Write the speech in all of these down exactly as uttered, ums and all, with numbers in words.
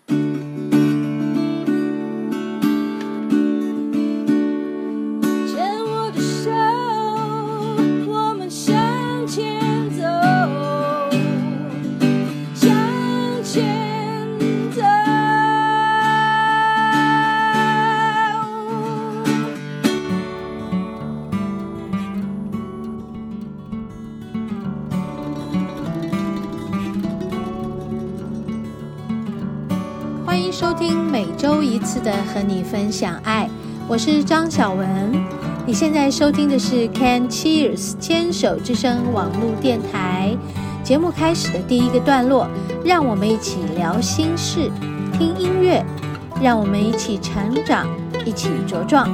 欢迎收听每周一次的和你分享爱，我是张小文。你现在收听的是 Can Cheers 牵手之声网络电台。节目开始的第一个段落，让我们一起聊心事，听音乐，让我们一起成长，一起茁壮。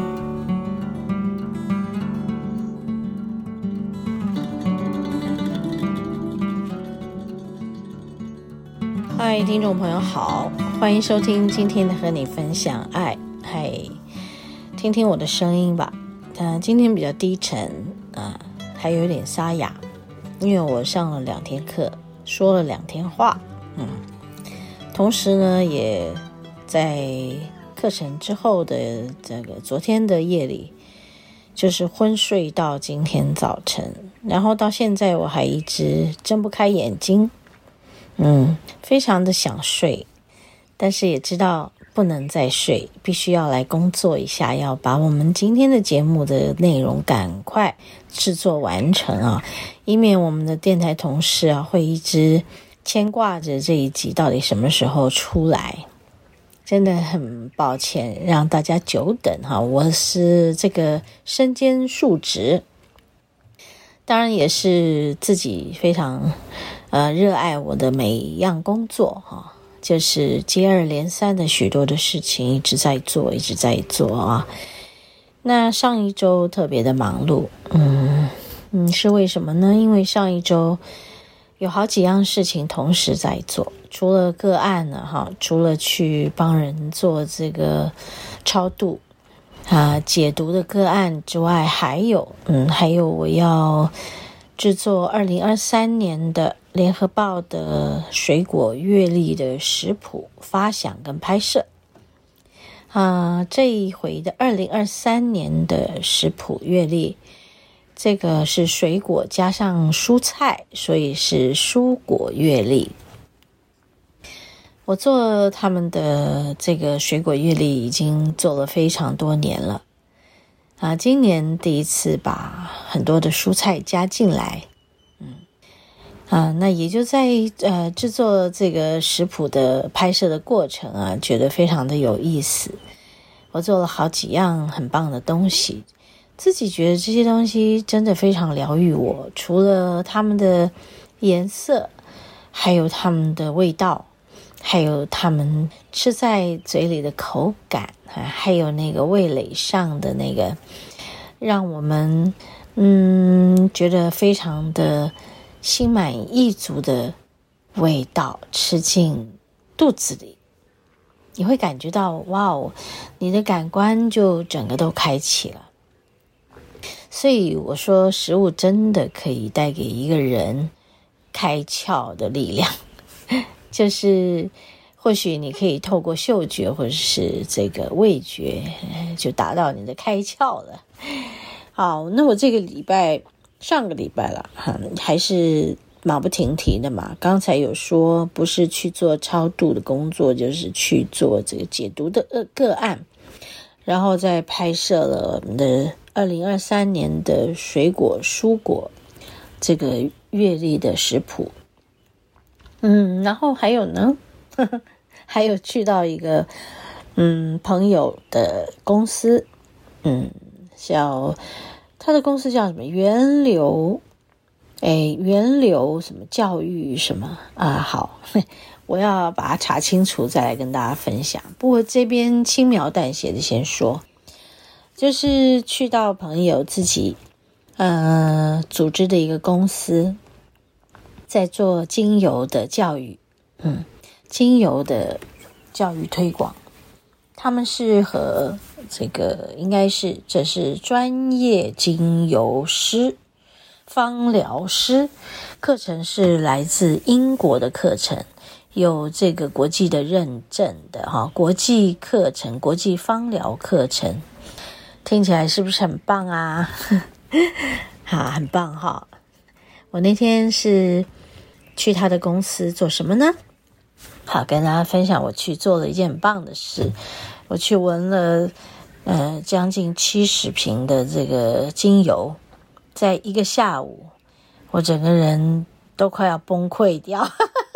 嗨，听众朋友好，欢迎收听今天的和你分享爱。嗨，听听我的声音吧。呃、今天比较低沉啊、呃，还有点沙哑，因为我上了两天课，说了两天话，嗯，同时呢，也在课程之后的这个昨天的夜里，就是昏睡到今天早晨，然后到现在我还一直睁不开眼睛。嗯，非常的想睡，但是也知道不能再睡，必须要来工作一下，要把我们今天的节目的内容赶快制作完成啊，以免我们的电台同事啊会一直牵挂着这一集到底什么时候出来。真的很抱歉让大家久等哈，我是这个身兼数职，当然也是自己非常呃，热爱我的每一样工作哈，就是接二连三的许多的事情一直在做，一直在做啊。那上一周特别的忙碌，嗯嗯，是为什么呢？因为上一周有好几样事情同时在做，除了个案呢哈，除了去帮人做这个超度啊、解读的个案之外，还有嗯，还有我要制作二零二三年的联合报的水果月历的食谱发想跟拍摄啊、呃，这一回的二零二三年的食谱月历，这个是水果加上蔬菜，所以是蔬果月历。我做他们的这个水果月历已经做了非常多年了啊，今年第一次把很多的蔬菜加进来，嗯啊，那也就在呃制作这个食谱的拍摄的过程啊，觉得非常的有意思。我做了好几样很棒的东西，自己觉得这些东西真的非常疗愈我。除了它们的颜色，还有它们的味道，还有它们吃在嘴里的口感，还有那个味蕾上的那个，让我们嗯觉得非常的心满意足的味道吃进肚子里，你会感觉到哇哦，你的感官就整个都开启了。所以我说食物真的可以带给一个人开窍的力量，就是或许你可以透过嗅觉或者是这个味觉就达到你的开窍了。好，那我这个礼拜上个礼拜了、嗯、还是马不停蹄的嘛，刚才有说不是去做超度的工作，就是去做这个解读的个案，然后再拍摄了我们的二零二三年的水果蔬果这个月历的食谱。嗯，然后还有呢呵呵还有去到一个嗯朋友的公司，嗯叫他的公司叫什么源流诶源流什么教育什么啊，好我要把它查清楚再来跟大家分享。不过这边轻描淡写的先说，就是去到朋友自己呃组织的一个公司，在做精油的教育，嗯，精油的教育推广。他们是和这个应该是这是专业精油师、芳疗师，课程是来自英国的课程， 有这个国际的认证的哈，国际课程、国际芳疗课程，听起来是不是很棒啊？好，很棒哈！我那天是去他的公司做什么呢？好，跟大家分享，我去做了一件很棒的事，我去闻了呃将近七十瓶的这个精油，在一个下午，我整个人都快要崩溃掉。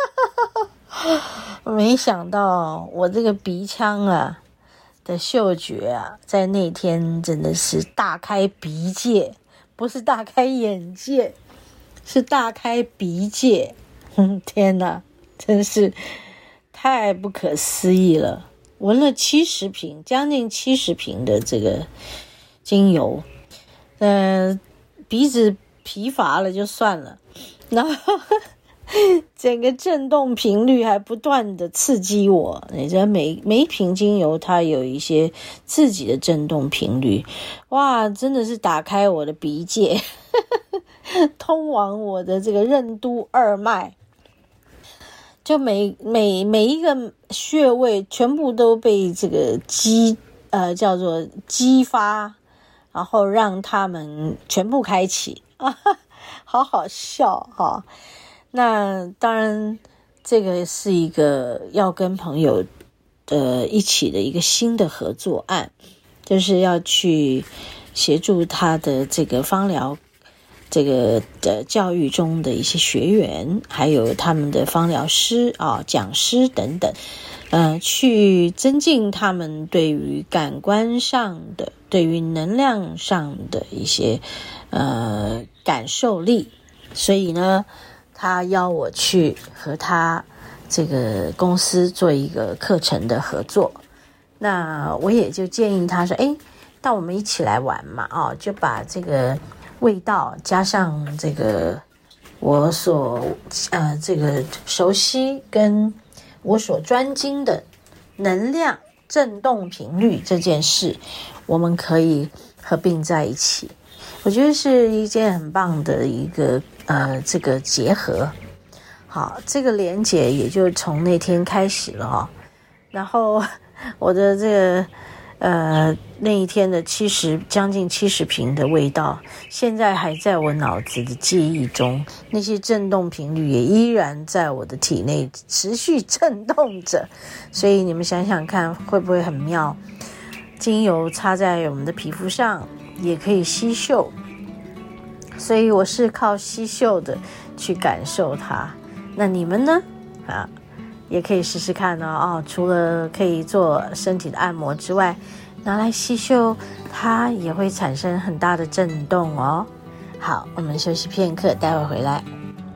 没想到我这个鼻腔啊的嗅觉啊，在那天真的是大开鼻界，不是大开眼界，是大开鼻界。天哪，真是太不可思议了！闻了七十瓶，将近七十瓶的这个精油，呃，鼻子疲乏了就算了，然后整个震动频率还不断的刺激我。你知道每每一瓶精油它有一些自己的震动频率，哇，真的是打开我的鼻界，通往我的这个任督二脉，就每每每一个穴位全部都被这个激呃叫做激发，然后让他们全部开启，啊，好好笑哈。那当然，这个是一个要跟朋友呃一起的一个新的合作案，就是要去协助他的这个芳疗这个的教育中的一些学员，还有他们的芳疗师啊、讲师等等，呃，去增进他们对于感官上的、对于能量上的一些呃感受力。所以呢，他邀我去和他这个公司做一个课程的合作，那我也就建议他说，诶，到我们一起来玩嘛，哦，就把这个味道加上这个我所呃这个熟悉跟我所专精的能量振动频率这件事，我们可以合并在一起。我觉得是一件很棒的一个呃这个结合。好，这个连结也就从那天开始了哈。然后我的这个呃那一天的七十将近七十瓶的味道，现在还在我脑子的记忆中，那些震动频率也依然在我的体内持续震动着。所以你们想想看，会不会很妙？精油擦在我们的皮肤上也可以吸嗅，所以我是靠吸嗅的去感受它。那你们呢？啊，也可以试试看哦。哦，除了可以做身体的按摩之外，拿来吸嗅，它也会产生很大的震动哦。好，我们休息片刻，待会回来。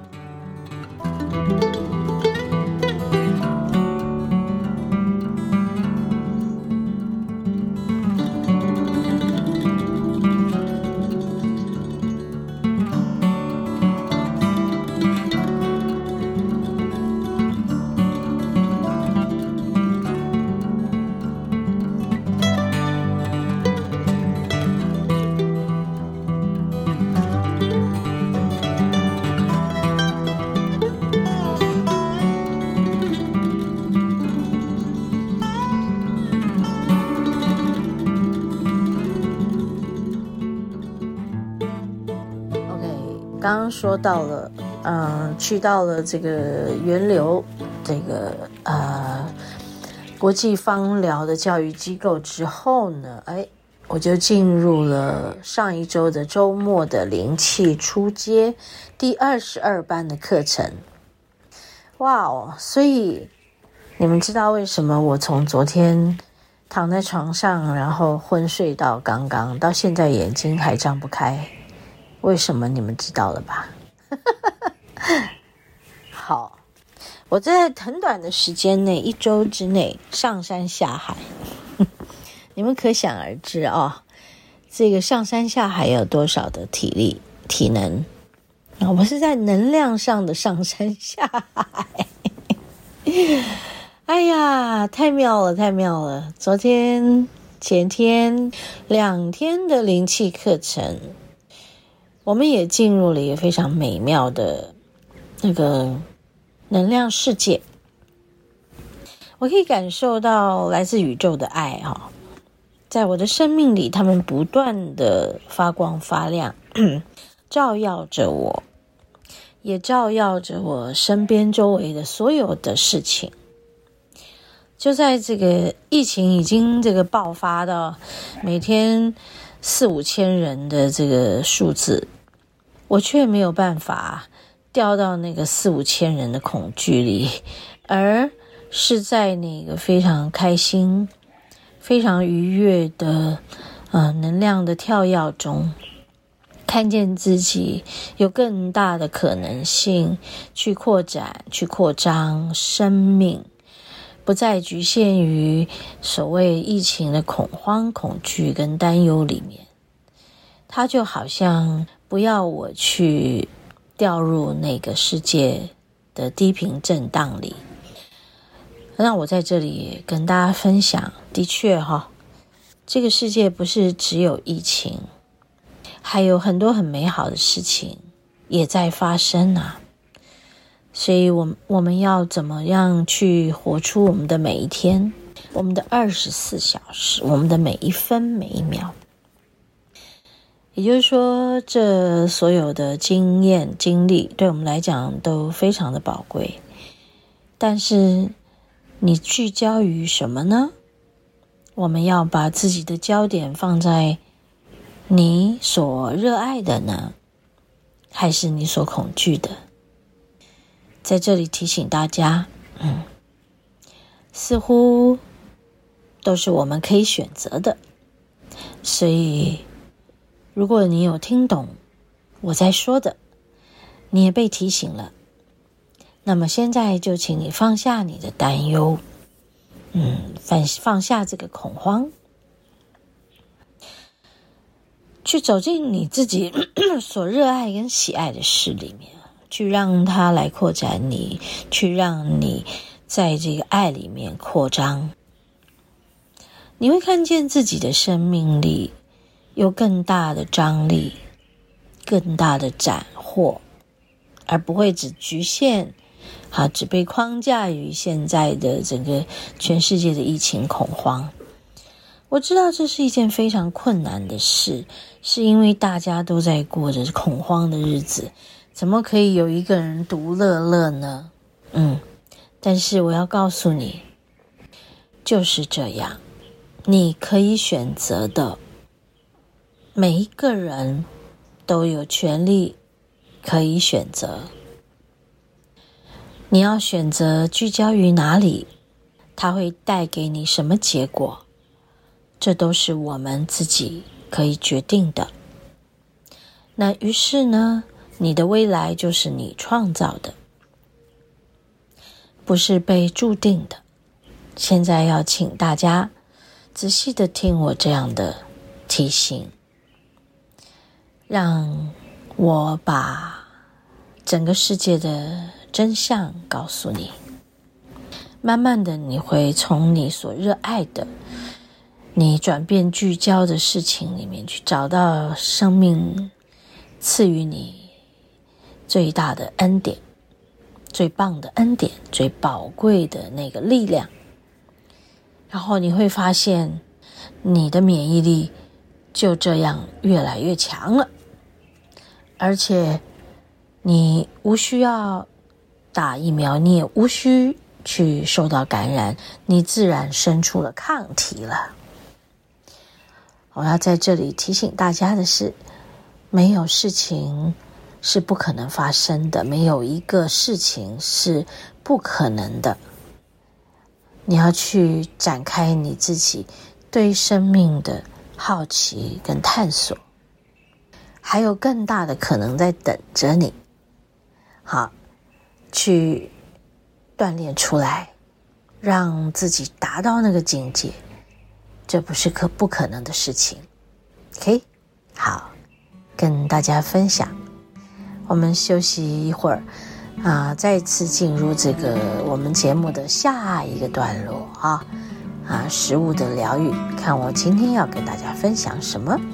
刚刚说到了，嗯、呃，去到了这个源流，这个呃国际芳疗的教育机构之后呢，哎，我就进入了上一周的周末的灵气初阶第二十二班的课程。哇哦！所以你们知道为什么我从昨天躺在床上，然后昏睡到刚刚，到现在眼睛还张不开？为什么你们知道了吧？好，我在很短的时间内，一周之内上山下海，你们可想而知啊、哦，这个上山下海有多少的体力、体能啊！我是在能量上的上山下海。哎呀，太妙了，太妙了！昨天、前天两天的灵气课程。我们也进入了一个非常美妙的那个能量世界。 我可以感受到来自宇宙的爱哈，在我的生命里，他们不断的发光发亮，照耀着我，也照耀着我身边周围的所有的事情。就在这个疫情已经这个爆发到每天四五千人的这个数字，我却没有办法掉到那个四五千人的恐惧里，而是在那个非常开心、非常愉悦的呃能量的跳跃中，看见自己有更大的可能性去扩展、去扩张生命，不再局限于所谓疫情的恐慌、恐惧跟担忧里面。它就好像不要我去掉入那个世界的低频震荡里。那我在这里跟大家分享，的确哈，这个世界不是只有疫情，还有很多很美好的事情也在发生啊。所以我我们要怎么样去活出我们的每一天，我们的二十四小时，我们的每一分每一秒。也就是说，这所有的经验经历对我们来讲都非常的宝贵，但是你聚焦于什么呢？我们要把自己的焦点放在你所热爱的呢，还是你所恐惧的？在这里提醒大家，嗯，似乎都是我们可以选择的。所以如果你有听懂我在说的，你也被提醒了，那么现在就请你放下你的担忧，嗯，放放下这个恐慌，去走进你自己所热爱跟喜爱的事里面，去让它来扩展你，去让你在这个爱里面扩张。你会看见自己的生命力有更大的张力，更大的斩获，而不会只局限好，只被框架于现在的整个全世界的疫情恐慌。我知道这是一件非常困难的事，是因为大家都在过着恐慌的日子，怎么可以有一个人独乐乐呢？嗯，但是我要告诉你，就是这样，你可以选择的，每一个人都有权利可以选择。你要选择聚焦于哪里，它会带给你什么结果，这都是我们自己可以决定的。那于是呢，你的未来就是你创造的，不是被注定的。现在要请大家仔细的听我这样的提醒，让我把整个世界的真相告诉你。慢慢的，你会从你所热爱的，你转变聚焦的事情里面去找到生命赐予你最大的恩典，最棒的恩典，最宝贵的那个力量。然后你会发现你的免疫力就这样越来越强了，而且你无需要打疫苗，你也无需去受到感染，你自然生出了抗体了。我要在这里提醒大家的是，没有事情是不可能发生的，没有一个事情是不可能的。你要去展开你自己对生命的好奇跟探索，还有更大的可能在等着你。好，去锻炼出来，让自己达到那个境界，这不是可不可能的事情。 OK， 好，跟大家分享。我们休息一会儿啊，再次进入这个我们节目的下一个段落啊啊，食物的疗愈，看我今天要跟大家分享什么。